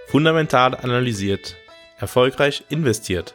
Fundamental analysiert, erfolgreich investiert.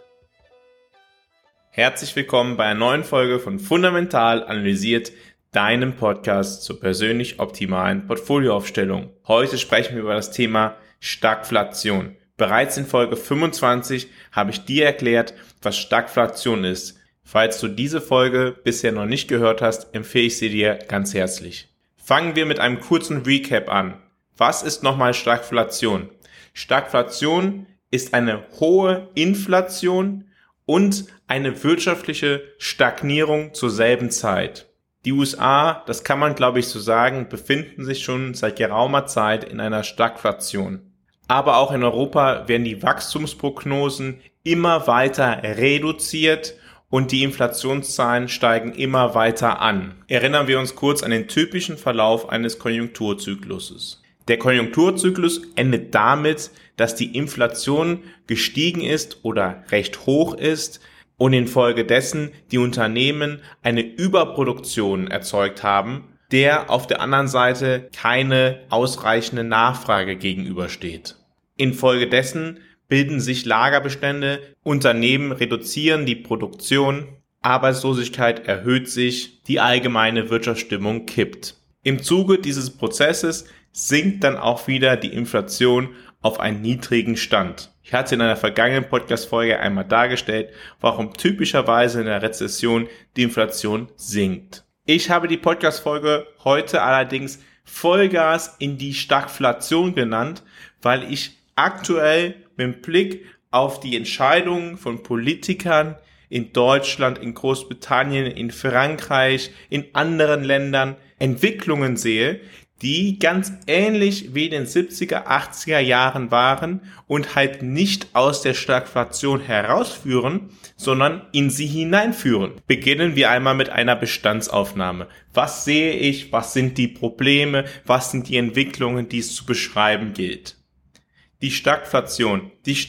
Herzlich willkommen bei einer neuen Folge von Fundamental analysiert, deinem Podcast zur persönlich optimalen Portfolioaufstellung. Heute sprechen wir über das Thema Stagflation. Bereits in Folge 25 habe ich dir erklärt, was Stagflation ist. Falls du diese Folge bisher noch nicht gehört hast, empfehle ich sie dir ganz herzlich. Fangen wir mit einem kurzen Recap an. Was ist nochmal Stagflation? Stagflation ist eine hohe Inflation und eine wirtschaftliche Stagnierung zur selben Zeit. Die USA, das kann man glaube ich so sagen, befinden sich schon seit geraumer Zeit in einer Stagflation. Aber auch in Europa werden die Wachstumsprognosen immer weiter reduziert und die Inflationszahlen steigen immer weiter an. Erinnern wir uns kurz an den typischen Verlauf eines Konjunkturzykluses. Der Konjunkturzyklus endet damit, dass die Inflation gestiegen ist oder recht hoch ist und infolgedessen die Unternehmen eine Überproduktion erzeugt haben, der auf der anderen Seite keine ausreichende Nachfrage gegenübersteht. Infolgedessen bilden sich Lagerbestände, Unternehmen reduzieren die Produktion, Arbeitslosigkeit erhöht sich, die allgemeine Wirtschaftsstimmung kippt. Im Zuge dieses Prozesses sinkt dann auch wieder die Inflation auf einen niedrigen Stand. Ich hatte in einer vergangenen Podcast-Folge einmal dargestellt, warum typischerweise in der Rezession die Inflation sinkt. Ich habe die Podcast-Folge heute allerdings Vollgas in die Stagflation genannt, weil ich aktuell mit Blick auf die Entscheidungen von Politikern in Deutschland, in Großbritannien, in Frankreich, in anderen Ländern Entwicklungen sehe, die ganz ähnlich wie in den 70er, 80er Jahren waren und halt nicht aus der Stagflation herausführen, sondern in sie hineinführen. Beginnen wir einmal mit einer Bestandsaufnahme. Was sehe ich? Was sind die Probleme? Was sind die Entwicklungen, die es zu beschreiben gilt? Die Stagflation.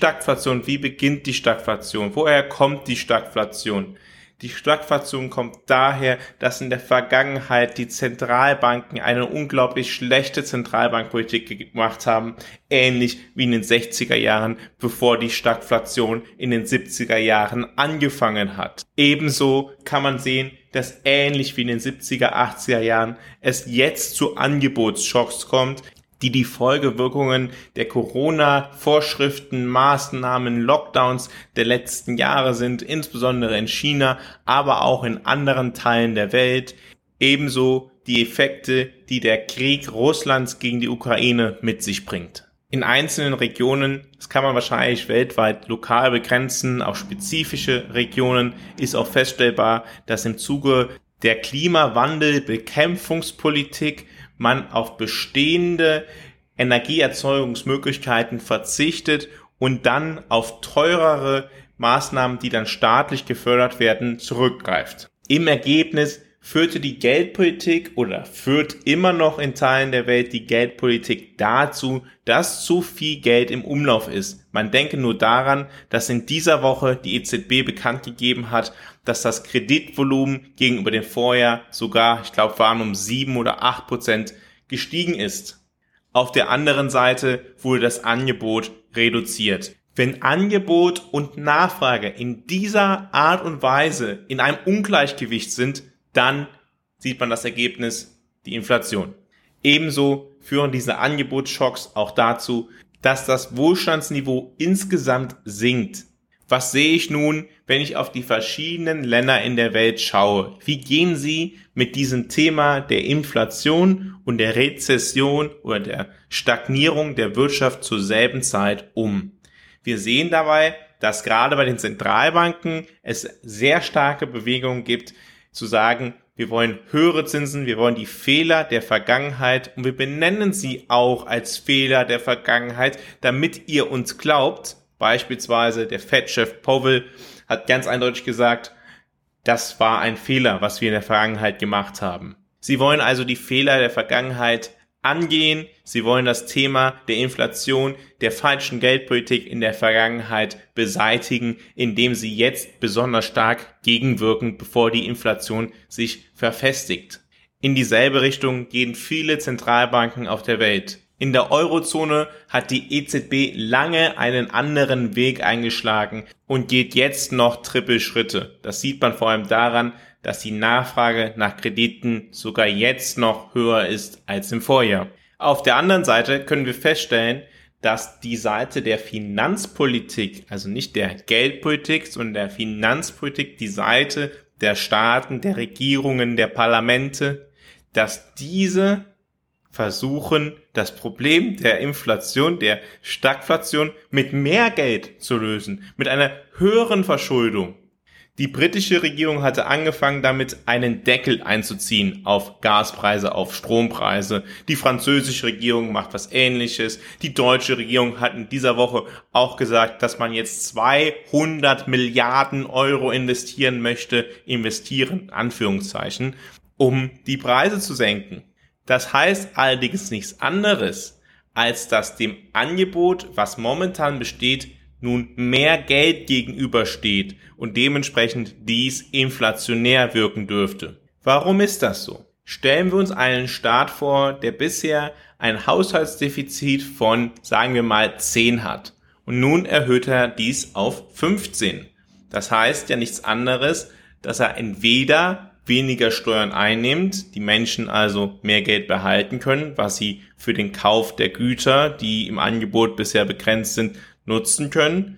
Wie beginnt die Stagflation? Woher kommt die Stagflation? Die Stagflation kommt daher, dass in der Vergangenheit die Zentralbanken eine unglaublich schlechte Zentralbankpolitik gemacht haben, ähnlich wie in den 60er Jahren, bevor die Stagflation in den 70er Jahren angefangen hat. Ebenso kann man sehen, dass ähnlich wie in den 70er, 80er Jahren es jetzt zu Angebotsschocks kommt, die Folgewirkungen der Corona-Vorschriften, Maßnahmen, Lockdowns der letzten Jahre sind, insbesondere in China, aber auch in anderen Teilen der Welt. Ebenso die Effekte, die der Krieg Russlands gegen die Ukraine mit sich bringt. In einzelnen Regionen, das kann man wahrscheinlich weltweit lokal begrenzen, auch spezifische Regionen, ist auch feststellbar, dass im Zuge der Klimawandelbekämpfungspolitik man auf bestehende Energieerzeugungsmöglichkeiten verzichtet und dann auf teurere Maßnahmen, die dann staatlich gefördert werden, zurückgreift. Im Ergebnis führte die Geldpolitik oder führt immer noch in Teilen der Welt die Geldpolitik dazu, dass zu viel Geld im Umlauf ist. Man denke nur daran, dass in dieser Woche die EZB bekannt gegeben hat, dass das Kreditvolumen gegenüber dem Vorjahr sogar, ich glaube, waren um 7 oder 8% gestiegen ist. Auf der anderen Seite wurde das Angebot reduziert. Wenn Angebot und Nachfrage in dieser Art und Weise in einem Ungleichgewicht sind, dann sieht man das Ergebnis, die Inflation. Ebenso führen diese Angebotsschocks auch dazu, dass das Wohlstandsniveau insgesamt sinkt. Was sehe ich nun, wenn ich auf die verschiedenen Länder in der Welt schaue? Wie gehen sie mit diesem Thema der Inflation und der Rezession oder der Stagnierung der Wirtschaft zur selben Zeit um? Wir sehen dabei, dass gerade bei den Zentralbanken es sehr starke Bewegungen gibt, zu sagen, wir wollen höhere Zinsen, wir wollen die Fehler der Vergangenheit und wir benennen sie auch als Fehler der Vergangenheit, damit ihr uns glaubt. Beispielsweise der Fed-Chef Powell hat ganz eindeutig gesagt, das war ein Fehler, was wir in der Vergangenheit gemacht haben. Sie wollen also die Fehler der Vergangenheit angehen. Sie wollen das Thema der Inflation, der falschen Geldpolitik in der Vergangenheit beseitigen, indem sie jetzt besonders stark gegenwirken, bevor die Inflation sich verfestigt. In dieselbe Richtung gehen viele Zentralbanken auf der Welt. In der Eurozone hat die EZB lange einen anderen Weg eingeschlagen und geht jetzt noch Trippelschritte. Das sieht man vor allem daran, dass die Nachfrage nach Krediten sogar jetzt noch höher ist als im Vorjahr. Auf der anderen Seite können wir feststellen, dass die Seite der Finanzpolitik, also nicht der Geldpolitik, sondern der Finanzpolitik, die Seite der Staaten, der Regierungen, der Parlamente, dass diese versuchen, das Problem der Inflation, der Stagflation mit mehr Geld zu lösen, mit einer höheren Verschuldung. Die britische Regierung hatte angefangen damit, einen Deckel einzuziehen auf Gaspreise, auf Strompreise. Die französische Regierung macht was Ähnliches. Die deutsche Regierung hat in dieser Woche auch gesagt, dass man jetzt 200 Milliarden Euro investieren, Anführungszeichen, um die Preise zu senken. Das heißt allerdings nichts anderes, als dass dem Angebot, was momentan besteht, nun mehr Geld gegenübersteht und dementsprechend dies inflationär wirken dürfte. Warum ist das so? Stellen wir uns einen Staat vor, der bisher ein Haushaltsdefizit von, sagen wir mal, 10 hat. Und nun erhöht er dies auf 15. Das heißt ja nichts anderes, dass er entweder weniger Steuern einnimmt, die Menschen also mehr Geld behalten können, was sie für den Kauf der Güter, die im Angebot bisher begrenzt sind, nutzen können,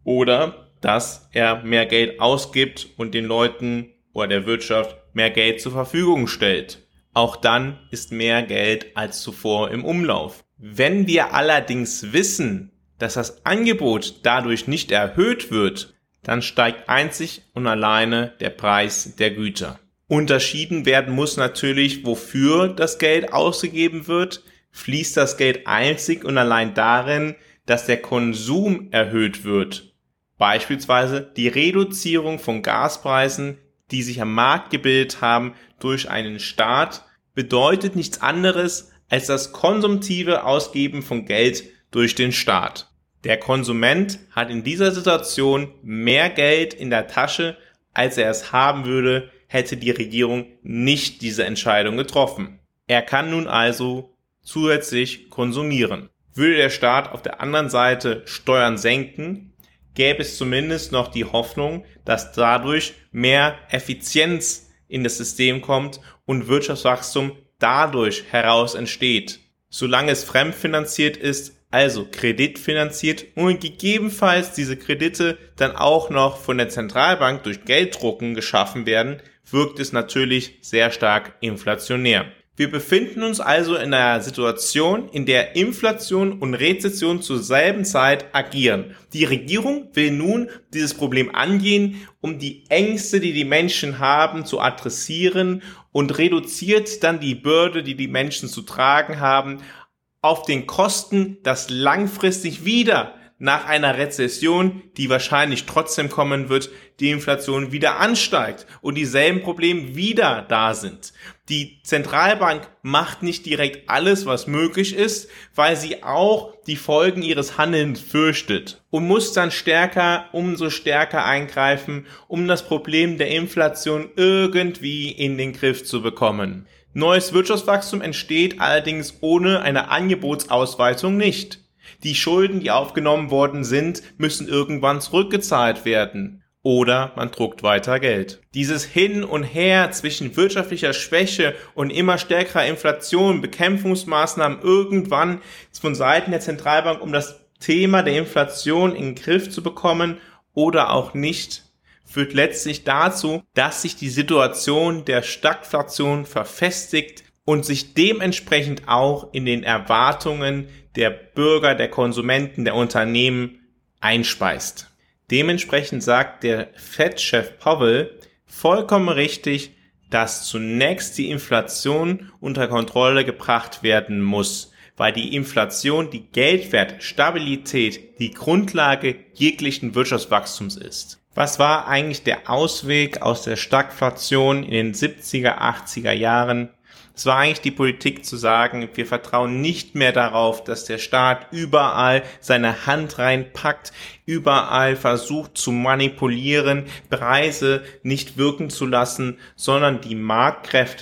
oder dass er mehr Geld ausgibt und den Leuten oder der Wirtschaft mehr Geld zur Verfügung stellt. Auch dann ist mehr Geld als zuvor im Umlauf. Wenn wir allerdings wissen, dass das Angebot dadurch nicht erhöht wird, dann steigt einzig und alleine der Preis der Güter. Unterschieden werden muss natürlich, wofür das Geld ausgegeben wird. Fließt das Geld einzig und allein darin, dass der Konsum erhöht wird. Beispielsweise die Reduzierung von Gaspreisen, die sich am Markt gebildet haben durch einen Staat, bedeutet nichts anderes als das konsumtive Ausgeben von Geld durch den Staat. Der Konsument hat in dieser Situation mehr Geld in der Tasche, als er es haben würde, hätte die Regierung nicht diese Entscheidung getroffen. Er kann nun also zusätzlich konsumieren. Würde der Staat auf der anderen Seite Steuern senken, gäbe es zumindest noch die Hoffnung, dass dadurch mehr Effizienz in das System kommt und Wirtschaftswachstum dadurch heraus entsteht. Solange es fremdfinanziert ist, also kreditfinanziert und gegebenenfalls diese Kredite dann auch noch von der Zentralbank durch Gelddrucken geschaffen werden, wirkt es natürlich sehr stark inflationär. Wir befinden uns also in einer Situation, in der Inflation und Rezession zur selben Zeit agieren. Die Regierung will nun dieses Problem angehen, um die Ängste, die die Menschen haben, zu adressieren und reduziert dann die Bürde, die die Menschen zu tragen haben, auf den Kosten, dass langfristig wieder nach einer Rezession, die wahrscheinlich trotzdem kommen wird, die Inflation wieder ansteigt und dieselben Probleme wieder da sind. Die Zentralbank macht nicht direkt alles, was möglich ist, weil sie auch die Folgen ihres Handelns fürchtet und muss dann umso stärker eingreifen, um das Problem der Inflation irgendwie in den Griff zu bekommen. Neues Wirtschaftswachstum entsteht allerdings ohne eine Angebotsausweitung nicht. Die Schulden, die aufgenommen worden sind, müssen irgendwann zurückgezahlt werden. Oder man druckt weiter Geld. Dieses Hin und Her zwischen wirtschaftlicher Schwäche und immer stärkerer Inflation, Bekämpfungsmaßnahmen irgendwann von Seiten der Zentralbank, um das Thema der Inflation in den Griff zu bekommen oder auch nicht, führt letztlich dazu, dass sich die Situation der Stagflation verfestigt und sich dementsprechend auch in den Erwartungen der Bürger, der Konsumenten, der Unternehmen einspeist. Dementsprechend sagt der Fed-Chef Powell vollkommen richtig, dass zunächst die Inflation unter Kontrolle gebracht werden muss, weil die Inflation, die Geldwertstabilität, die Grundlage jeglichen Wirtschaftswachstums ist. Was war eigentlich der Ausweg aus der Stagflation in den 70er, 80er Jahren? Es war eigentlich die Politik zu sagen, wir vertrauen nicht mehr darauf, dass der Staat überall seine Hand reinpackt, überall versucht zu manipulieren, Preise nicht wirken zu lassen, sondern die Marktkräfte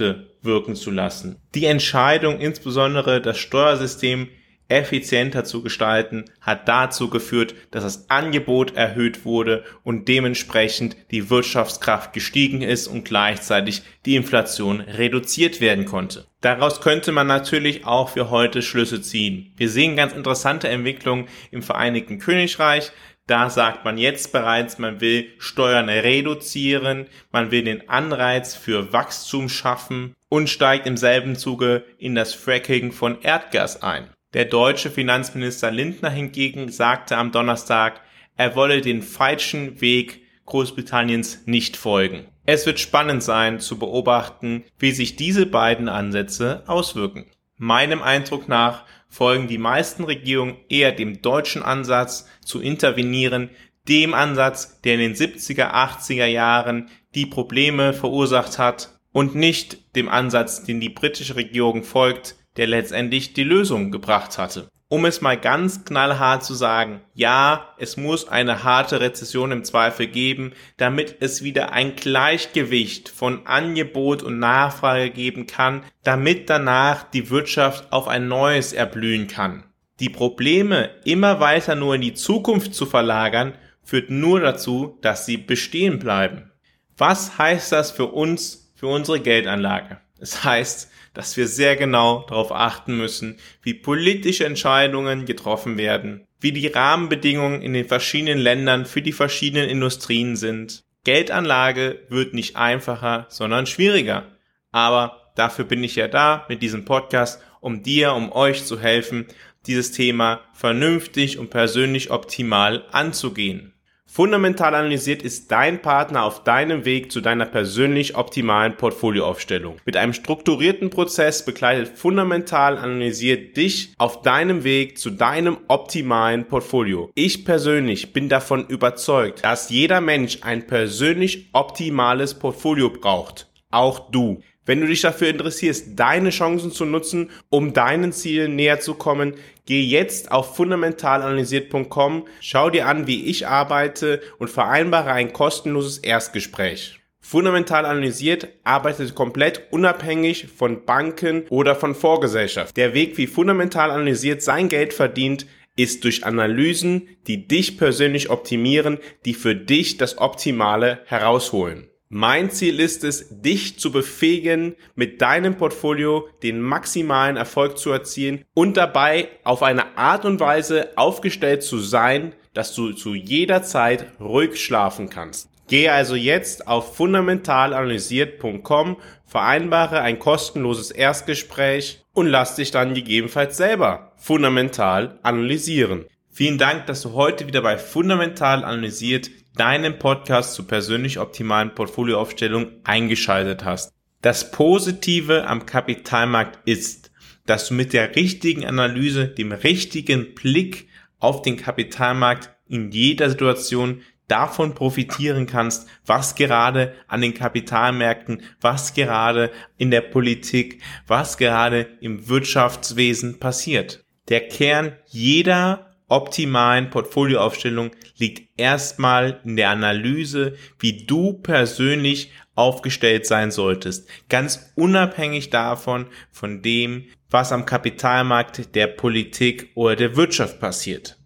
wirken zu lassen. Die Entscheidung, insbesondere das Steuersystem effizienter zu gestalten, hat dazu geführt, dass das Angebot erhöht wurde und dementsprechend die Wirtschaftskraft gestiegen ist und gleichzeitig die Inflation reduziert werden konnte. Daraus könnte man natürlich auch für heute Schlüsse ziehen. Wir sehen ganz interessante Entwicklungen im Vereinigten Königreich. Da sagt man jetzt bereits, man will Steuern reduzieren, man will den Anreiz für Wachstum schaffen und steigt im selben Zuge in das Fracking von Erdgas ein. Der deutsche Finanzminister Lindner hingegen sagte am Donnerstag, er wolle den falschen Weg Großbritanniens nicht folgen. Es wird spannend sein zu beobachten, wie sich diese beiden Ansätze auswirken. Meinem Eindruck nach folgen die meisten Regierungen eher dem deutschen Ansatz zu intervenieren, dem Ansatz, der in den 70er, 80er Jahren die Probleme verursacht hat und nicht dem Ansatz, den die britische Regierung folgt, der letztendlich die Lösung gebracht hatte. Um es mal ganz knallhart zu sagen, ja, es muss eine harte Rezession im Zweifel geben, damit es wieder ein Gleichgewicht von Angebot und Nachfrage geben kann, damit danach die Wirtschaft auf ein neues erblühen kann. Die Probleme immer weiter nur in die Zukunft zu verlagern, führt nur dazu, dass sie bestehen bleiben. Was heißt das für uns, für unsere Geldanlage? Es heißt, dass wir sehr genau darauf achten müssen, wie politische Entscheidungen getroffen werden, wie die Rahmenbedingungen in den verschiedenen Ländern für die verschiedenen Industrien sind. Geldanlage wird nicht einfacher, sondern schwieriger. Aber dafür bin ich ja da mit diesem Podcast, um euch zu helfen, dieses Thema vernünftig und persönlich optimal anzugehen. Fundamental analysiert ist dein Partner auf deinem Weg zu deiner persönlich optimalen Portfolioaufstellung. Mit einem strukturierten Prozess begleitet Fundamental analysiert dich auf deinem Weg zu deinem optimalen Portfolio. Ich persönlich bin davon überzeugt, dass jeder Mensch ein persönlich optimales Portfolio braucht. Auch du. Wenn du dich dafür interessierst, deine Chancen zu nutzen, um deinen Zielen näher zu kommen, geh jetzt auf fundamentalanalysiert.com, schau dir an, wie ich arbeite und vereinbare ein kostenloses Erstgespräch. Fundamental analysiert arbeitet komplett unabhängig von Banken oder von Vorgesellschaften. Der Weg, wie fundamental analysiert sein Geld verdient, ist durch Analysen, die dich persönlich optimieren, die für dich das Optimale herausholen. Mein Ziel ist es, dich zu befähigen, mit deinem Portfolio den maximalen Erfolg zu erzielen und dabei auf eine Art und Weise aufgestellt zu sein, dass du zu jeder Zeit ruhig schlafen kannst. Gehe also jetzt auf fundamentalanalysiert.com, vereinbare ein kostenloses Erstgespräch und lass dich dann gegebenenfalls selber fundamental analysieren. Vielen Dank, dass du heute wieder bei Fundamental analysiert deinem Podcast zur persönlich optimalen Portfolioaufstellung eingeschaltet hast. Das Positive am Kapitalmarkt ist, dass du mit der richtigen Analyse, dem richtigen Blick auf den Kapitalmarkt in jeder Situation davon profitieren kannst, was gerade an den Kapitalmärkten, was gerade in der Politik, was gerade im Wirtschaftswesen passiert. Der Kern jeder optimalen Portfolioaufstellung liegt erstmal in der Analyse, wie du persönlich aufgestellt sein solltest, ganz unabhängig davon, von dem, was am Kapitalmarkt, der Politik oder der Wirtschaft passiert.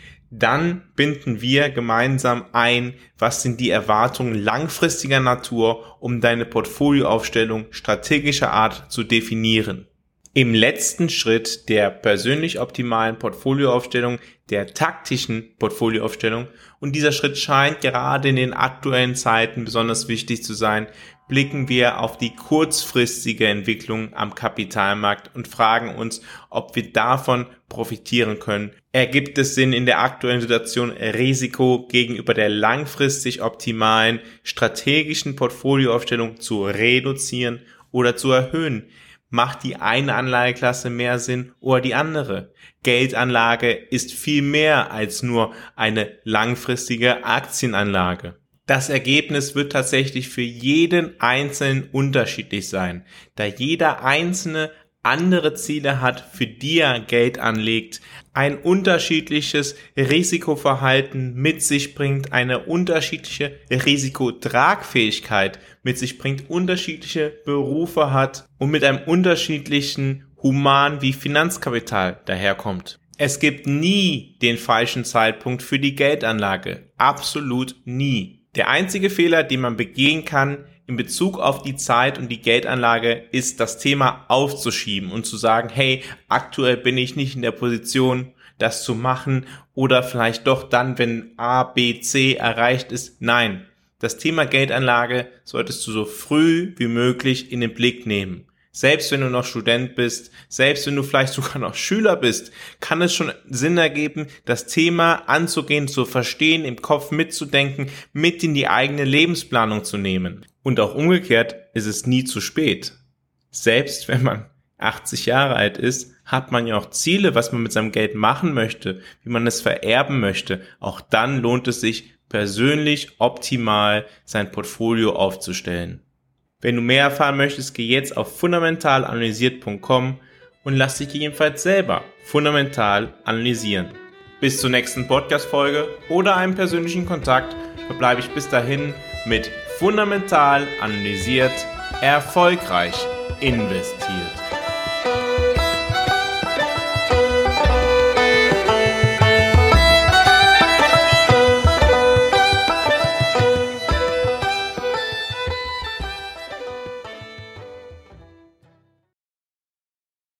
Dann binden wir gemeinsam ein, was sind die Erwartungen langfristiger Natur, um deine Portfolioaufstellung strategischer Art zu definieren. Im letzten Schritt der persönlich optimalen Portfolioaufstellung, der taktischen Portfolioaufstellung, und dieser Schritt scheint gerade in den aktuellen Zeiten besonders wichtig zu sein, blicken wir auf die kurzfristige Entwicklung am Kapitalmarkt und fragen uns, ob wir davon profitieren können. Ergibt es Sinn, in der aktuellen Situation Risiko gegenüber der langfristig optimalen strategischen Portfolioaufstellung zu reduzieren oder zu erhöhen? Macht die eine Anlageklasse mehr Sinn oder die andere? Geldanlage ist viel mehr als nur eine langfristige Aktienanlage. Das Ergebnis wird tatsächlich für jeden Einzelnen unterschiedlich sein, da jeder Einzelne andere Ziele hat, für die er Geld anlegt, ein unterschiedliches Risikoverhalten mit sich bringt, eine unterschiedliche Risikotragfähigkeit mit sich bringt, unterschiedliche Berufe hat und mit einem unterschiedlichen Human- wie Finanzkapital daherkommt. Es gibt nie den falschen Zeitpunkt für die Geldanlage. Absolut nie. Der einzige Fehler, den man begehen kann in Bezug auf die Zeit und die Geldanlage, ist das Thema aufzuschieben und zu sagen, hey, aktuell bin ich nicht in der Position, das zu machen oder vielleicht doch dann, wenn A, B, C erreicht ist. Nein, das Thema Geldanlage solltest du so früh wie möglich in den Blick nehmen. Selbst wenn du noch Student bist, selbst wenn du vielleicht sogar noch Schüler bist, kann es schon Sinn ergeben, das Thema anzugehen, zu verstehen, im Kopf mitzudenken, mit in die eigene Lebensplanung zu nehmen. Und auch umgekehrt ist es nie zu spät. Selbst wenn man 80 Jahre alt ist, hat man ja auch Ziele, was man mit seinem Geld machen möchte, wie man es vererben möchte. Auch dann lohnt es sich, persönlich optimal sein Portfolio aufzustellen. Wenn du mehr erfahren möchtest, geh jetzt auf fundamentalanalysiert.com und lass dich gegebenenfalls selber fundamental analysieren. Bis zur nächsten Podcast-Folge oder einem persönlichen Kontakt verbleibe ich bis dahin mit fundamental analysiert, erfolgreich investiert.